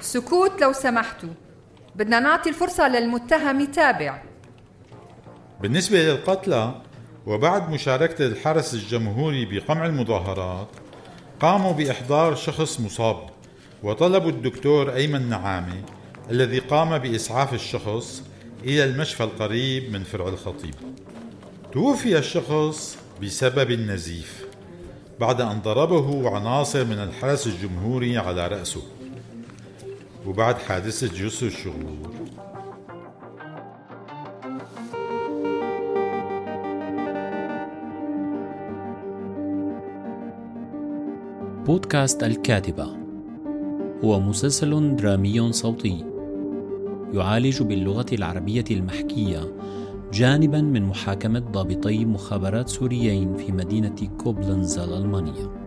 سكوت لو سمحتوا، بدنا نعطي الفرصة للمتهم يتابع. بالنسبة للقتلى، وبعد مشاركة الحرس الجمهوري بقمع المظاهرات، قاموا بإحضار شخص مصاب وطلبوا الدكتور أيمن نعامة الذي قام بإسعاف الشخص إلى المشفى القريب من فرع الخطيب. توفي الشخص بسبب النزيف بعد أن ضربه عناصر من الحرس الجمهوري على رأسه، وبعد حادثة جسر الشغور. بودكاست الكاتبة هو مسلسل درامي صوتي يعالج باللغة العربية المحكية جانباً من محاكمة ضابطي مخابرات سوريين في مدينة كوبلنز الألمانية.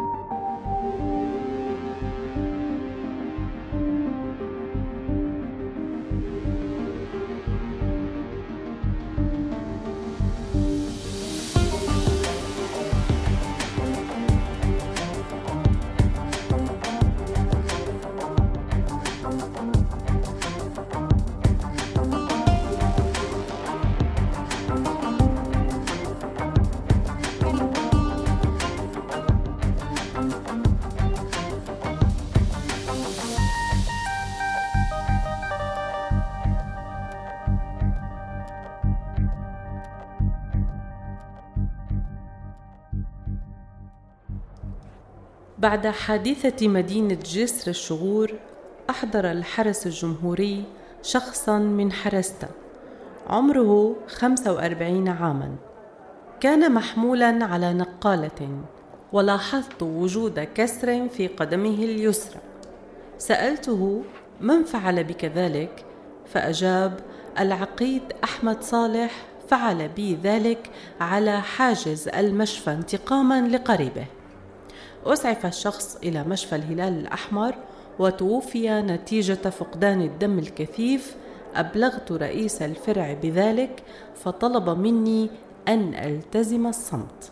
بعد حادثة مدينة جسر الشغور، أحضر الحرس الجمهوري شخصاً من حرسته عمره 45 عاماً. كان محمولاً على نقالة، ولاحظت وجود كسر في قدمه اليسرى. سألته من فعل بك ذلك؟ فأجاب: العقيد أحمد صالح فعل بي ذلك على حاجز المشفى انتقاماً لقريبه. أسعف الشخص إلى مشفى الهلال الأحمر وتوفي نتيجة فقدان الدم الكثيف. أبلغت رئيس الفرع بذلك فطلب مني أن ألتزم الصمت.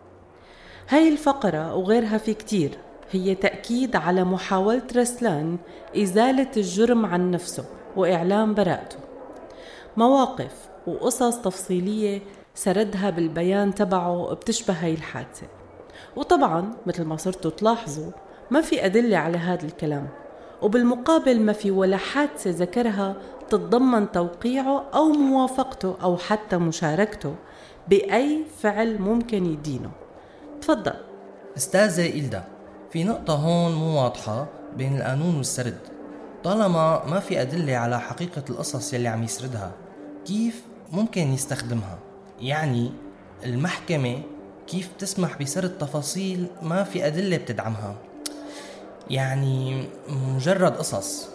هاي الفقرة وغيرها في كتير هي تأكيد على محاولة رسلان إزالة الجرم عن نفسه وإعلام براءته. مواقف وقصص تفصيلية سردها بالبيان تبعه بتشبه هاي الحادثة، وطبعاً مثل ما صرتوا تلاحظوا ما في أدلة على هذا الكلام، وبالمقابل ما في ولا حادثة ذكرها تتضمن توقيعه أو موافقته أو حتى مشاركته بأي فعل ممكن يدينه. تفضل أستاذة إلدا، في نقطة هون مو واضحة بين القانون والسرد. طالما ما في أدلة على حقيقة القصص يلي عم يسردها، كيف ممكن يستخدمها؟ يعني المحكمة كيف تسمح بسرد تفاصيل ما في أدلة بتدعمها؟ يعني مجرد قصص.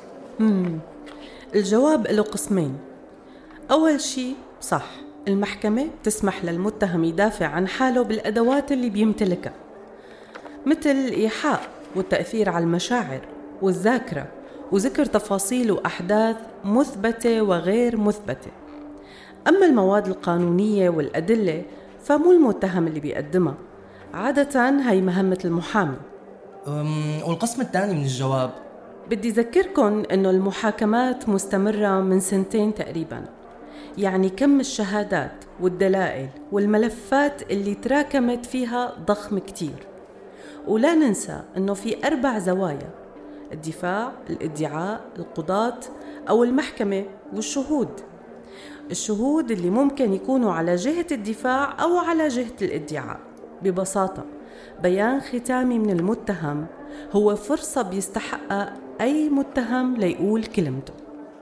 الجواب له قسمين. أول شيء صح، المحكمة تسمح للمتهم يدافع عن حاله بالأدوات اللي بيمتلكها، مثل الإيحاء والتأثير على المشاعر والذاكرة وذكر تفاصيل وأحداث مثبتة وغير مثبتة. أما المواد القانونية والأدلة فمو المتهم اللي بيقدمها، عادة هي مهمة المحامي. والقسم الثاني من الجواب، بدي أذكركم إنه المحاكمات مستمرة من 2 تقريباً، يعني كم الشهادات والدلائل والملفات اللي تراكمت فيها ضخم كتير. ولا ننسى إنه في 4 زوايا: الدفاع، الادعاء، القضاة أو المحكمة، والشهود. الشهود اللي ممكن يكونوا على جهة الدفاع أو على جهة الادعاء. ببساطة بيان ختامي من المتهم هو فرصة بيستحقها أي متهم ليقول كلمته.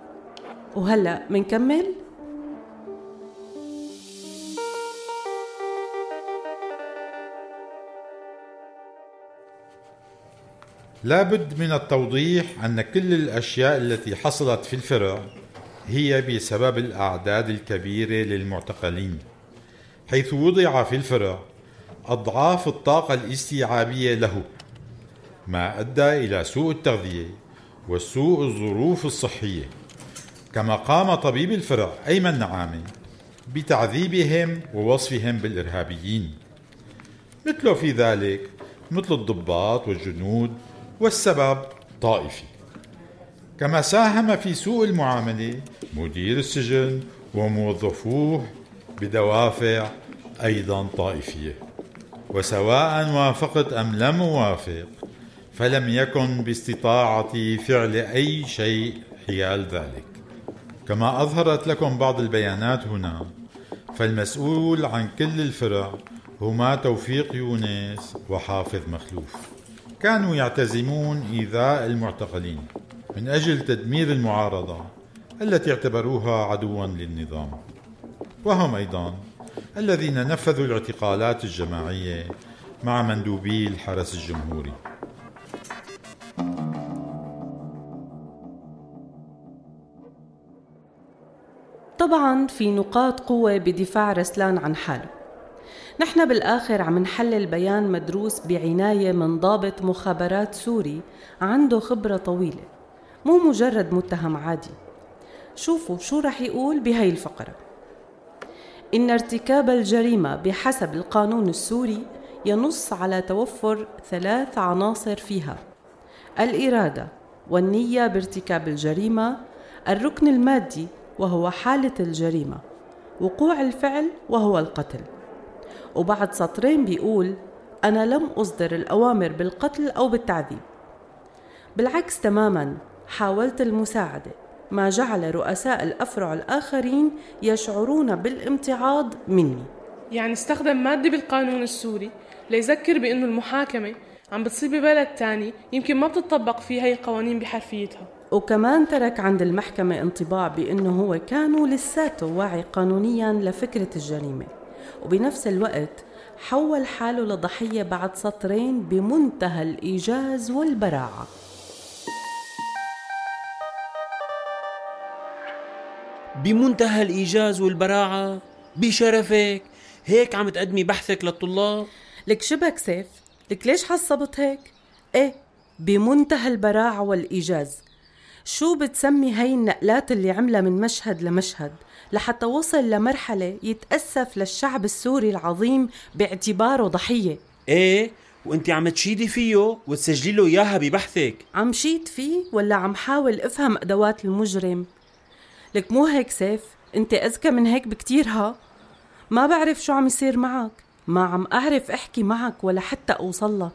وهلأ منكمل؟ لابد من التوضيح أن كل الأشياء التي حصلت في الفرع هي بسبب الأعداد الكبيرة للمعتقلين، حيث وضع في الفرع أضعاف الطاقة الاستيعابية له، ما أدى إلى سوء التغذية وسوء الظروف الصحية. كما قام طبيب الفرع أيمن نعامة بتعذيبهم ووصفهم بالإرهابيين، مثله في ذلك مثل الضباط والجنود، والسبب طائفي. كما ساهم في سوء المعاملة مدير السجن وموظفوه بدوافع أيضا طائفية، وسواء وافقت أم لم أوافق فلم يكن باستطاعتي فعل أي شيء حيال ذلك. كما أظهرت لكم بعض البيانات هنا، فالمسؤول عن كل الفرع هما توفيق يونس وحافظ مخلوف. كانوا يعتزمون إيذاء المعتقلين من أجل تدمير المعارضة التي اعتبروها عدوا للنظام، وهم أيضا الذين نفذوا الاعتقالات الجماعية مع مندوبي الحرس الجمهوري. طبعاً في نقاط قوة بدفاع رسلان عن حاله. نحن بالآخر عم نحلل بيان مدروس بعناية من ضابط مخابرات سوري عنده خبرة طويلة، مو مجرد متهم عادي. شوفوا شو رح يقول بهاي الفقرة. إن ارتكاب الجريمة بحسب القانون السوري ينص على توفر 3 عناصر فيها: الإرادة والنية بارتكاب الجريمة، الركن المادي وهو حالة الجريمة، وقوع الفعل وهو القتل. وبعد سطرين بيقول: أنا لم أصدر الأوامر بالقتل أو بالتعذيب. بالعكس تماماً، حاولت المساعدة، ما جعل رؤساء الأفرع الآخرين يشعرون بالامتعاض مني. يعني استخدم مادة بالقانون السوري ليذكر بأنه المحاكمة عم بتصير ببلد تاني يمكن ما بتطبق فيه هاي القوانين بحرفيتها. وكمان ترك عند المحكمة انطباع بأنه هو كانوا لساته واعي قانونياً لفكرة الجريمة، وبنفس الوقت حول حاله لضحية بعد سطرين بمنتهى الإيجاز والبراعة. بمنتهى الإيجاز والبراعة؟ بشرفك هيك عم تقدمي بحثك للطلاب؟ لك شبك سيف؟ لك ليش حصبت هيك؟ ايه بمنتهى البراعة والإيجاز. شو بتسمي هاي النقلات اللي عملها من مشهد لمشهد لحتى وصل لمرحلة يتأسف للشعب السوري العظيم باعتباره ضحية؟ ايه، وانت عم تشيدي فيه وتسجلي له اياها ببحثك. عم شيد فيه ولا عم حاول افهم ادوات المجرم؟ لك مو هيك سيف، انت اذكى من هيك بكتير. ما بعرف شو عم يصير معك، ما عم اعرف احكي معك ولا حتى اوصلك.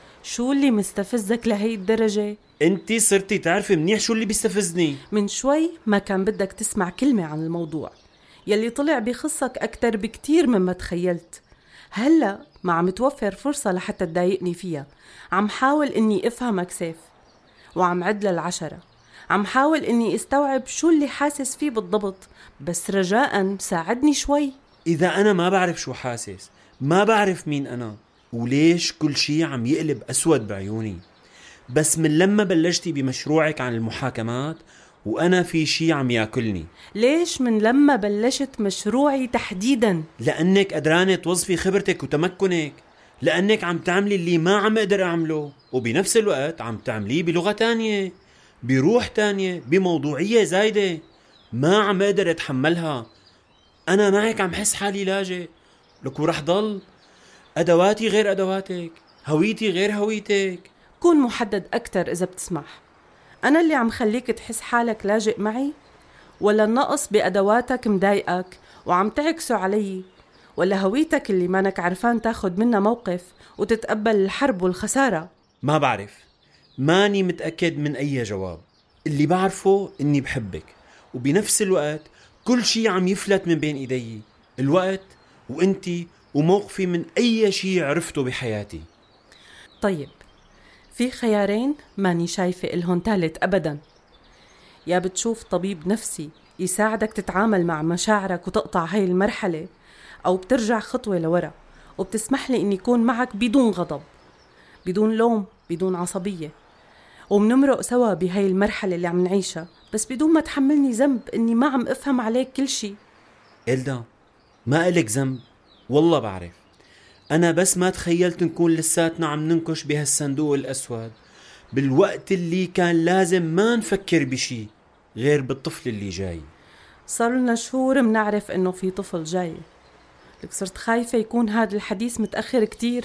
شو اللي مستفزك لهي الدرجة؟ انت صرتي تعرفي منيح شو اللي بيستفزني. من شوي ما كان بدك تسمع كلمة عن الموضوع يلي طلع بخصك أكتر بكتير مما تخيلت. هلأ ما عم توفر فرصة لحتى تضايقني فيها. عم حاول إني أفهمك سيف، وعم عد لل10. عم حاول إني استوعب شو اللي حاسس فيه بالضبط، بس رجاءً ساعدني شوي. إذا أنا ما بعرف شو حاسس، ما بعرف مين أنا وليش كل شي عم يقلب أسود بعيوني. بس من لما بلشتي بمشروعك عن المحاكمات وأنا في شي عم ياكلني. ليش من لما بلشت مشروعي تحديداً؟ لأنك قدرانة توظفي خبرتك وتمكنك، لأنك عم تعملي اللي ما عم أقدر أعمله، وبنفس الوقت عم تعمليه بلغة تانية، بروح تانية، بموضوعية زايدة ما عم أقدر أتحملها. أنا معك عم حس حالي لاجئ لك، ورح ضل أدواتي غير أدواتك، هويتي غير هويتك. كون محدد أكتر إذا بتسمح. أنا اللي عم خليك تحس حالك لاجئ معي، ولا النقص بأدواتك مضايقك وعم تعكسوا علي، ولا هويتك اللي مانك عرفان تاخد منها موقف وتتقبل الحرب والخسارة؟ ما بعرف، ماني متأكد من أي جواب. اللي بعرفه إني بحبك، وبنفس الوقت كل شي عم يفلت من بين إيدي، الوقت وإنتي وموقفي من أي شي عرفته بحياتي. طيب، في خيارين ماني شايفة إلهن ثالث أبداً. يا بتشوف طبيب نفسي يساعدك تتعامل مع مشاعرك وتقطع هاي المرحلة، أو بترجع خطوة لورا وبتسمح لي إني يكون معك بدون غضب، بدون لوم، بدون عصبية، ومنمرق سوا بهاي المرحلة اللي عم نعيشها، بس بدون ما تحملني ذنب إني ما عم أفهم عليك كل شي. إلدا، ما إلك ذنب، والله بعرف. أنا بس ما تخيلت نكون لساتنا عم ننكش بهالصندوق الأسود بالوقت اللي كان لازم ما نفكر بشي غير بالطفل اللي جاي. صار لنا شهور منعرف إنه في طفل جاي، لك صرت خايفة يكون هذا الحديث متأخر كتير.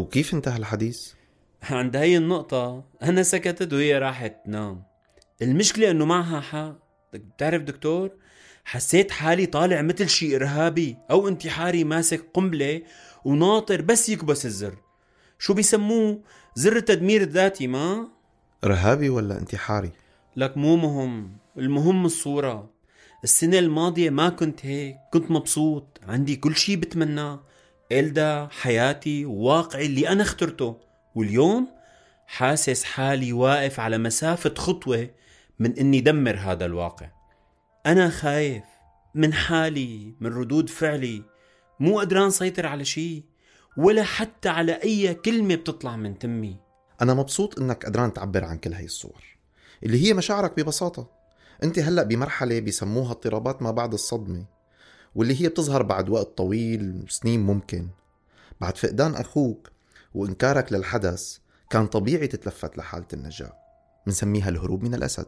وكيف انتهى الحديث؟ عند هاي النقطة أنا سكتت وهي راحت تنام. المشكلة أنه معها حق. بتعرف دكتور، حسيت حالي طالع مثل شي إرهابي أو انتحاري ماسك قنبلة وناطر بس يكبس الزر. شو بيسموه؟ زر التدمير الذاتي. ما إرهابي ولا انتحاري؟ لك مو مهم، المهم الصورة. السنة الماضية ما كنت هيك، كنت مبسوط، عندي كل شي بتمناه، إلدا، حياتي، واقعي اللي أنا اخترته. واليوم حاسس حالي واقف على مسافة خطوة من إني دمر هذا الواقع. أنا خايف من حالي، من ردود فعلي، مو قدران سيطر على شي ولا حتى على أي كلمة بتطلع من تمي. أنا مبسوط إنك قدران تعبر عن كل هاي الصور اللي هي مشاعرك ببساطة. أنت هلأ بمرحلة بيسموها اضطرابات ما بعد الصدمة، واللي هي بتظهر بعد وقت طويل، سنين ممكن. بعد فقدان أخوك وإنكارك للحدث كان طبيعي تتلفت لحالة النجاة، منسميها الهروب من الأسد.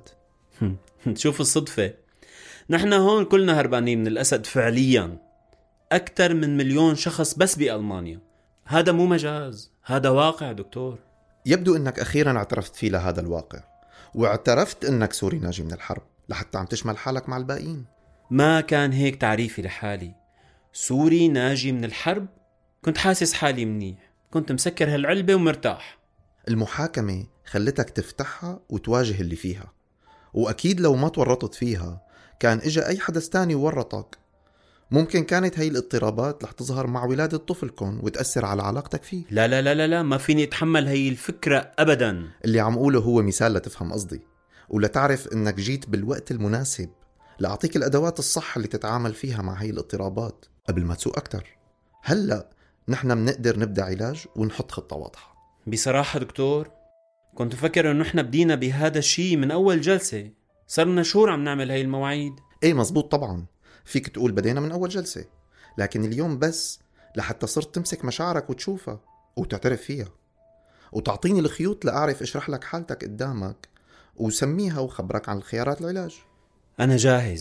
شوف الصدفة، نحن هون كلنا هربانين من الأسد فعليا. أكثر من 1,000,000 شخص بس بألمانيا. هذا مو مجاز، هذا واقع دكتور. يبدو أنك أخيرا اعترفت فيه لهذا الواقع، واعترفت أنك سوري ناجي من الحرب لحتى عم تشمل حالك مع الباقيين. ما كان هيك تعريفي لحالي. سوري ناجي من الحرب، كنت حاسس حالي منيح، كنت مسكر هالعلبة ومرتاح. المحاكمة خلتك تفتحها وتواجه اللي فيها، وأكيد لو ما تورطت فيها كان إجا أي حدث تاني وورطك. ممكن كانت هاي الاضطرابات رح تظهر مع ولادة طفلكم وتأثر على علاقتك فيه. لا لا لا لا لا، ما فيني أتحمل هاي الفكرة أبدا. اللي عم قوله هو مثال لتفهم قصدي، ولتعرف إنك جيت بالوقت المناسب لأعطيك الأدوات الصح اللي تتعامل فيها مع هاي الاضطرابات قبل ما تسوء أكتر. هلأ نحن منقدر نبدأ علاج ونحط خطة واضحة. بصراحة دكتور، كنت فكر إنه نحن بدينا بهذا الشيء من أول جلسة. صرنا شهور عم نعمل هاي المواعيد. ايه مزبوط طبعا، فيك تقول بدينا من أول جلسة، لكن اليوم بس لحتى صرت تمسك مشاعرك وتشوفها وتعترف فيها وتعطيني الخيوط لأعرف اشرح لك حالتك قدامك وسميها وخبرك عن الخيارات العلاج. أنا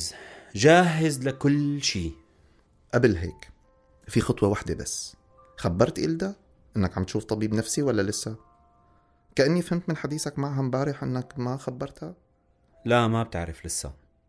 جاهز لكل شيء. قبل هيك في خطوة واحدة بس. خبرت إلدا إنك عم تشوف طبيب نفسي ولا لسه؟ كأني فهمت من حديثك معها مبارح إنك ما خبرتها. لا، ما بتعرف لسه.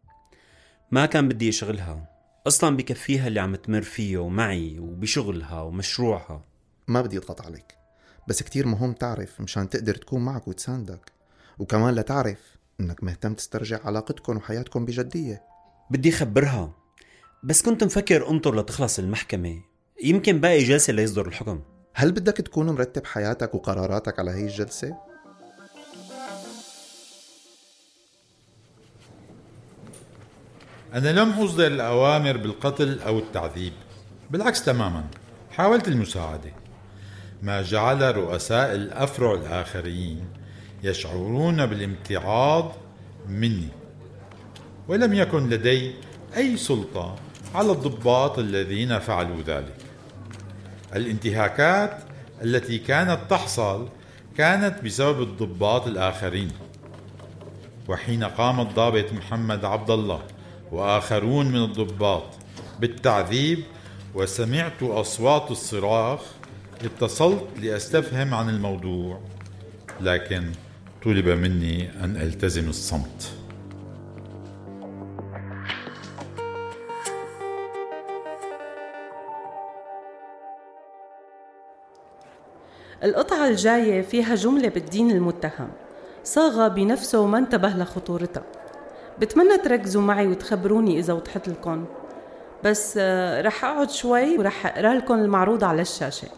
ما كان بدي أشغلها أصلا، بكفيها اللي عم تمر فيه ومعي وبشغلها ومشروعها. ما بدي أضغط عليك، بس كتير مهم تعرف مشان تقدر تكون معك وتساندك، وكمان لتعرف إنك مهتم تسترجع علاقتكم وحياتكم بجدية. بدي أخبرها، بس كنت مفكر أنطر لتخلص المحكمة، يمكن باقي جلسة ليصدر الحكم. هل بدك تكون مرتب حياتك وقراراتك على هاي الجلسة؟ أنا لم أصدر الأوامر بالقتل أو التعذيب، بالعكس تماما، حاولت المساعدة. ما جعل رؤساء الأفرع الآخرين يشعرون بالامتعاض مني، ولم يكن لدي أي سلطة على الضباط الذين فعلوا ذلك. الانتهاكات التي كانت تحصل كانت بسبب الضباط الآخرين. وحين قام الضابط محمد عبد الله وآخرون من الضباط بالتعذيب وسمعت أصوات الصراخ، اتصلت لأستفهم عن الموضوع، لكن طلب مني أن ألتزم الصمت. القطعة الجاية فيها جملة بتدين المتهم، صاغة بنفسه وما انتبه لخطورتها. بتمنى تركزوا معي وتخبروني إذا وضحت لكم، بس رح أقعد شوي ورح أقرأ لكم المعروض على الشاشة.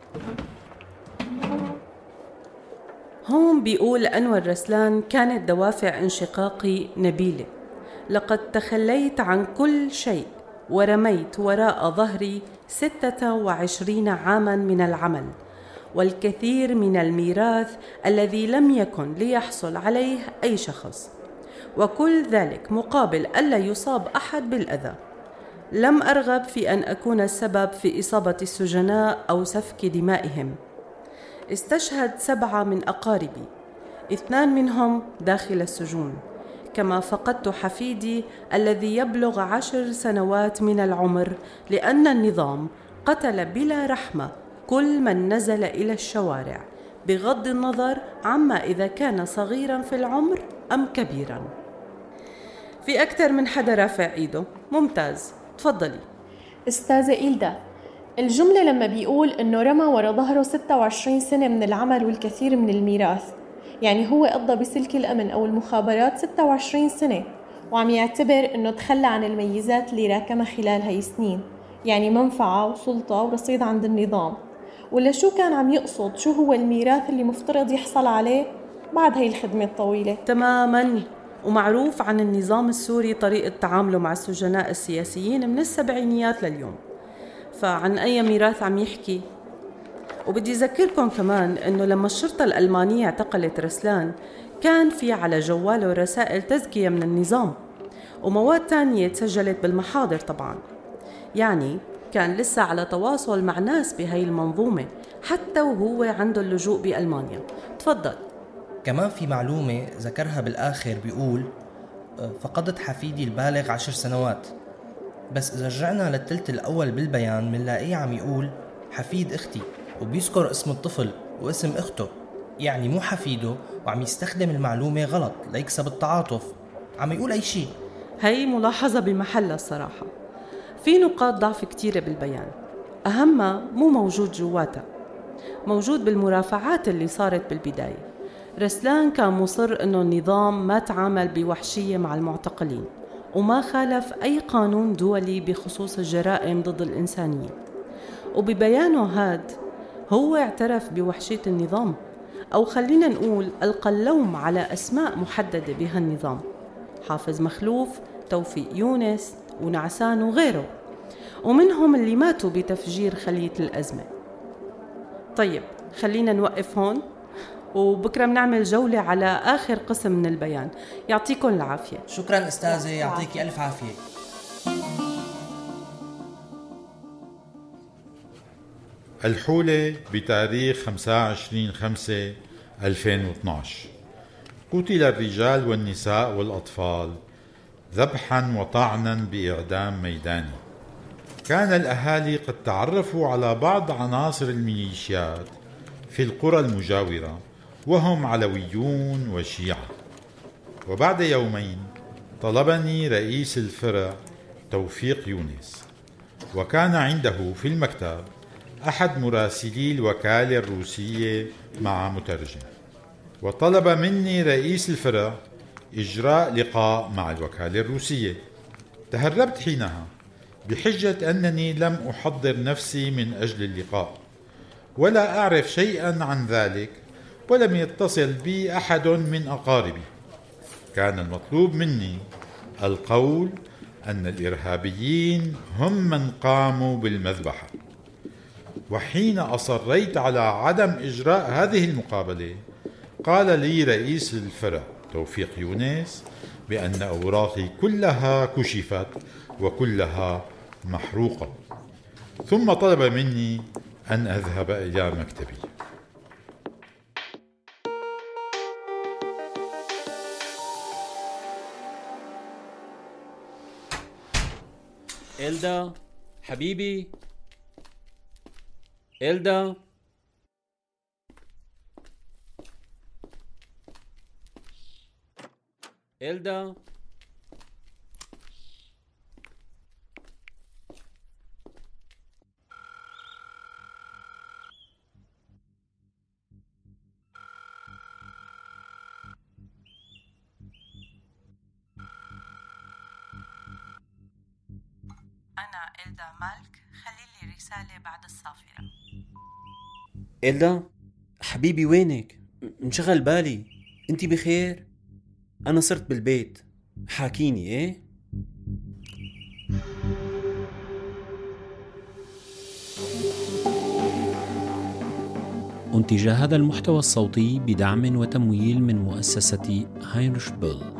هون بيقول أنور رسلان: كانت دوافع انشقاقي نبيلة، لقد تخليت عن كل شيء ورميت وراء ظهري 26 عاما من العمل والكثير من الميراث الذي لم يكن ليحصل عليه أي شخص، وكل ذلك مقابل ألا يصاب أحد بالأذى. لم أرغب في أن أكون السبب في إصابة السجناء أو سفك دمائهم. استشهد 7 من أقاربي، 2 منهم داخل السجون، كما فقدت حفيدي الذي يبلغ 10 سنوات من العمر، لأن النظام قتل بلا رحمة كل من نزل إلى الشوارع بغض النظر عما إذا كان صغيراً في العمر أم كبيراً. في أكثر من حدا رافع إيده. ممتاز، تفضلي. أستاذة إيلدا، الجملة لما بيقول إنه رمى ورا ظهره 26 سنة من العمل والكثير من الميراث، يعني هو قضى بسلك الأمن أو المخابرات 26 سنة وعم يعتبر إنه تخلى عن الميزات اللي راكمها خلال هاي السنين، يعني منفعة وسلطة ورصيد عند النظام، ولا شو كان عم يقصد؟ شو هو الميراث اللي مفترض يحصل عليه بعد هاي الخدمة الطويلة؟ تماماً. ومعروف عن النظام السوري طريقة تعامله مع السجناء السياسيين من السبعينيات لليوم، فعن أي ميراث عم يحكي؟ وبدي أذكركم كمان أنه لما الشرطة الألمانية اعتقلت رسلان كان في على جواله رسائل تزكية من النظام ومواد تانية تسجلت بالمحاضر طبعاً، يعني كان لسه على تواصل مع ناس بهاي المنظومة حتى وهو عنده اللجوء بألمانيا. تفضل. كمان في معلومة ذكرها بالآخر بيقول فقدت حفيدي البالغ 10 سنوات، بس إذا رجعنا للثلث الأول بالبيان منلاقيه عم يقول حفيد أختي وبيذكر اسم الطفل واسم أخته، يعني مو حفيده، وعم يستخدم المعلومة غلط ليكسب التعاطف، عم يقول أي شيء. هاي ملاحظة بمحلها الصراحة. في نقاط ضعف كتيرة بالبيان، أهمها مو موجود جواتها، موجود بالمرافعات اللي صارت بالبداية. رسلان كان مصر أنه النظام ما تعامل بوحشية مع المعتقلين وما خالف أي قانون دولي بخصوص الجرائم ضد الإنسانية، وببيانه هاد هو اعترف بوحشية النظام، أو خلينا نقول ألقى اللوم على أسماء محددة بها النظام: حافظ مخلوف، توفيق يونس، ونعسان وغيره، ومنهم اللي ماتوا بتفجير خلية الأزمة. طيب خلينا نوقف هون، وبكرة بنعمل جولة على آخر قسم من البيان. يعطيكم العافية. شكرا أستاذة، يعطيكي ألف عافية. الحولة بتاريخ 25/5/2012. قتل الرجال والنساء والأطفال ذبحا وطعنا بإعدام ميداني. كان الأهالي قد تعرفوا على بعض عناصر الميليشيات في القرى المجاورة وهم علويون وشيعة، وبعد يومين طلبني رئيس الفرع توفيق يونس، وكان عنده في المكتب أحد مراسلي الوكالة الروسية مع مترجم، وطلب مني رئيس الفرع إجراء لقاء مع الوكالة الروسية. تهربت حينها بحجة أنني لم أحضر نفسي من أجل اللقاء ولا أعرف شيئا عن ذلك، ولم يتصل بي أحد من أقاربي. كان المطلوب مني القول أن الإرهابيين هم من قاموا بالمذبحة. وحين أصريت على عدم إجراء هذه المقابلة قال لي رئيس الفرع توفيق يونس بأن أوراقي كلها كشفت وكلها محروقة، ثم طلب مني أن أذهب إلى مكتبي. إلدا حبيبي، إلدا. إلدا. أنا إلدا مالك، خليلي رسالة بعد الصافرة. إلدا حبيبي وينك؟ انشغل بالي، انتي بخير؟ أنا صرت بالبيت، حاكيني إيه؟ أنتج هذا المحتوى الصوتي بدعم وتمويل من مؤسسة هاينريش بول.